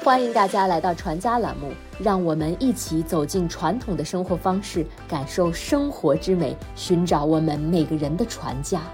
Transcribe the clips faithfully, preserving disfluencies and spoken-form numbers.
欢迎大家来到传家栏目，让我们一起走进传统的生活方式，感受生活之美，寻找我们每个人的传家。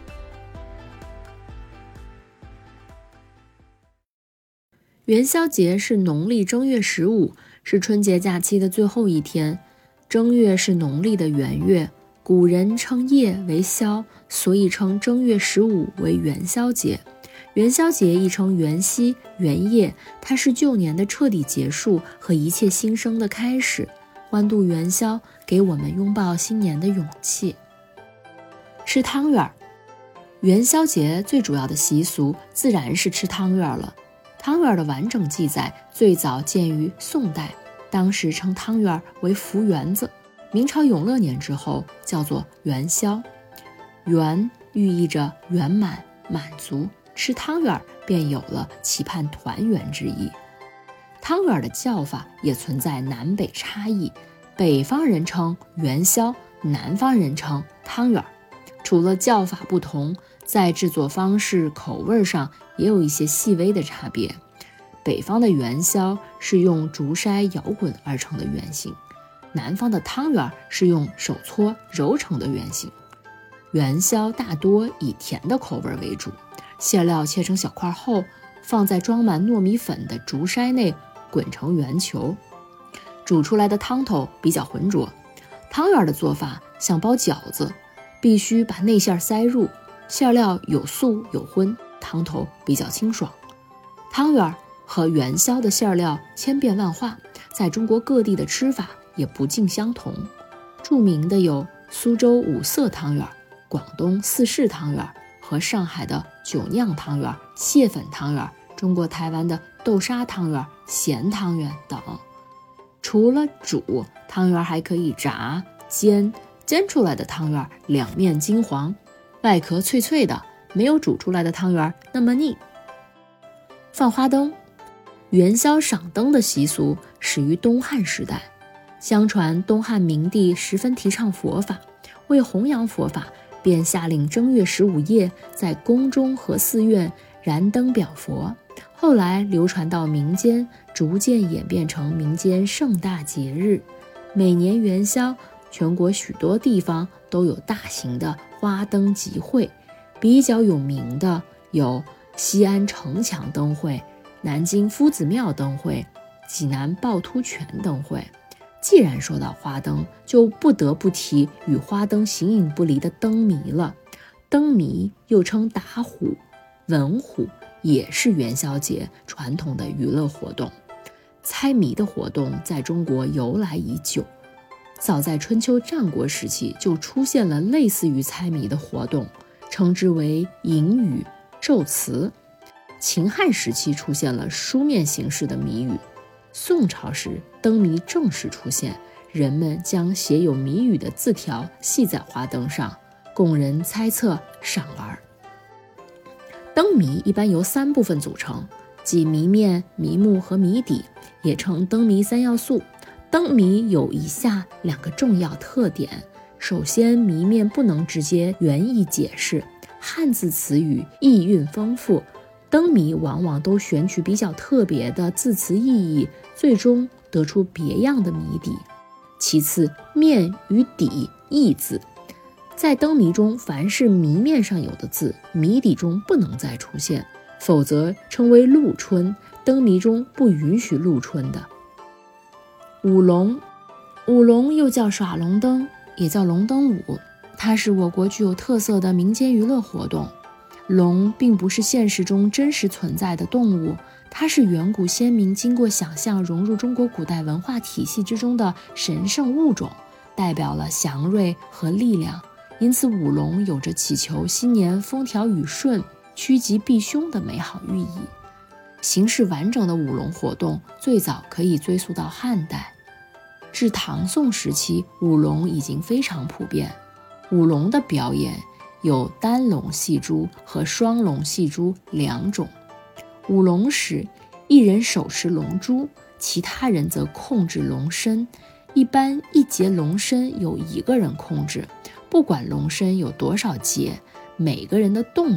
元宵节是农历正月十五，是春节假期的最后一天。正月是农历的元月，古人称夜为宵，所以称正月十五为元宵节。元宵节亦称元夕、元夜，它是旧年的彻底结束和一切新生的开始。欢度元宵，给我们拥抱新年的勇气。吃汤圆，元宵节最主要的习俗自然是吃汤圆了。汤圆的完整记载最早见于宋代，当时称汤圆为福圆子。明朝永乐年之后叫做元宵，圆寓意着圆满满足，吃汤圆便有了期盼团圆之意。汤圆的叫法也存在南北差异，北方人称元宵，南方人称汤圆。除了叫法不同，在制作方式口味上也有一些细微的差别。北方的元宵是用竹筛摇滚而成的圆形，南方的汤圆是用手搓揉成的圆形。元宵大多以甜的口味为主，馅料切成小块后，放在装满糯米粉的竹筛内滚成圆球，煮出来的汤头比较浑浊。汤圆的做法像包饺子，必须把内馅塞入，馅料有素有荤，汤头比较清爽。汤圆和元宵的馅料千变万化，在中国各地的吃法也不尽相同。著名的有苏州五色汤圆、广东四式汤圆和上海的酒酿汤圆、蟹粉汤圆，中国台湾的豆沙汤圆、咸汤圆等。除了煮，汤圆还可以炸、煎，煎出来的汤圆两面金黄，外壳脆脆的，没有煮出来的汤圆那么腻。放花灯，元宵赏灯的习俗始于东汉时代。相传东汉明帝十分提倡佛法，为弘扬佛法，便下令正月十五夜在宫中和寺院燃灯表佛。后来流传到民间，逐渐演变成民间盛大节日。每年元宵，全国许多地方都有大型的花灯集会，比较有名的有西安城墙灯会、南京夫子庙灯会、济南趵突泉灯会。既然说到花灯，就不得不提与花灯形影不离的灯谜了。灯谜又称打虎、文虎，也是元宵节传统的娱乐活动。猜谜的活动在中国由来已久，早在春秋战国时期就出现了类似于猜谜的活动，称之为隐语、咒词。秦汉时期出现了书面形式的谜语，宋朝时灯谜正式出现，人们将写有谜语的字条系在花灯上，供人猜测赏玩。灯谜一般由三部分组成，即谜面、谜目和谜底，也称灯谜三要素。灯谜有以下两个重要特点：首先，谜面不能直接原意解释，汉字词语意蕴丰富，灯谜往往都选取比较特别的字词意义，最终得出别样的谜底。其次，面与底异字，在灯谜中，凡是谜面上有的字，谜底中不能再出现，否则称为露春，灯谜中不允许露春的。舞龙，舞龙又叫耍龙灯，也叫龙灯舞，它是我国具有特色的民间娱乐活动。龙并不是现实中真实存在的动物，它是远古先民经过想象融入中国古代文化体系之中的神圣物种，代表了祥瑞和力量，因此舞龙有着祈求新年风调雨顺、趋吉避凶的美好寓意。形式完整的舞龙活动最早可以追溯到汉代，至唐宋时期，舞龙已经非常普遍。舞龙的表演有单龙戏珠和双龙戏珠两种。舞龙时，一人手持龙珠，其他人则控制龙身。一般一节龙身由一个人控制，不管龙身有多少节，每个人的动作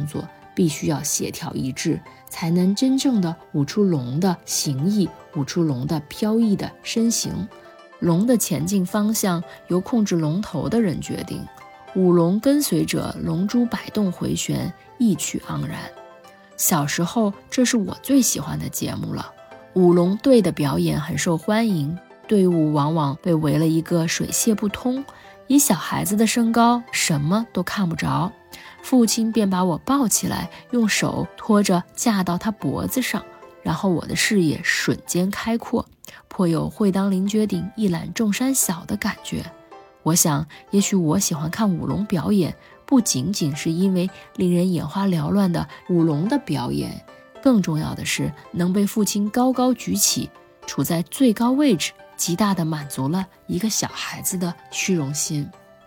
必须要协调一致，才能真正的舞出龙的形意，舞出龙的飘逸的身形。龙的前进方向由控制龙头的人决定，舞龙跟随着龙珠摆动回旋，意趣盎然。小时候，这是我最喜欢的节目了。舞龙队的表演很受欢迎，队伍往往被围了一个水泄不通，以小孩子的身高，什么都看不着。父亲便把我抱起来，用手托着架到他脖子上，然后我的视野瞬间开阔，颇有会当凌绝顶，一览众山小的感觉。我想，也许我喜欢看舞龙表演，不仅仅是因为令人眼花缭乱的舞龙的表演，更重要的是能被父亲高高举起，处在最高位置，极大地满足了一个小孩子的虚荣心。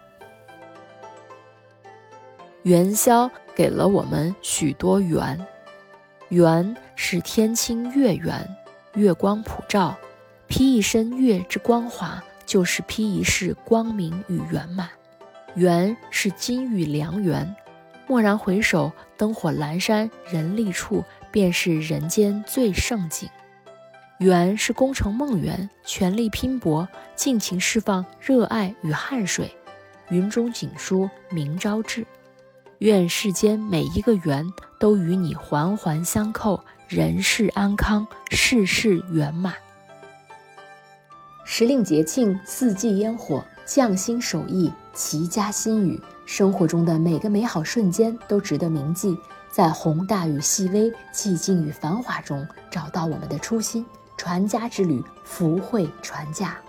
元宵给了我们许多圆，圆是天清月圆，月光普照，披一身月之光华，就是披一世光明与圆满。圆是金玉良缘，蓦然回首，灯火阑珊，人立处，便是人间最盛景。圆是功成梦圆，全力拼搏，尽情释放热爱与汗水，云中锦书明朝至。愿世间每一个圆都与你环环相扣，人世安康，事事圆满。时令节庆，四季烟火，匠心手艺，齐家心语，生活中的每个美好瞬间都值得铭记，在宏大与细微，寂静与繁华中找到我们的初心。传家之旅，福慧传家。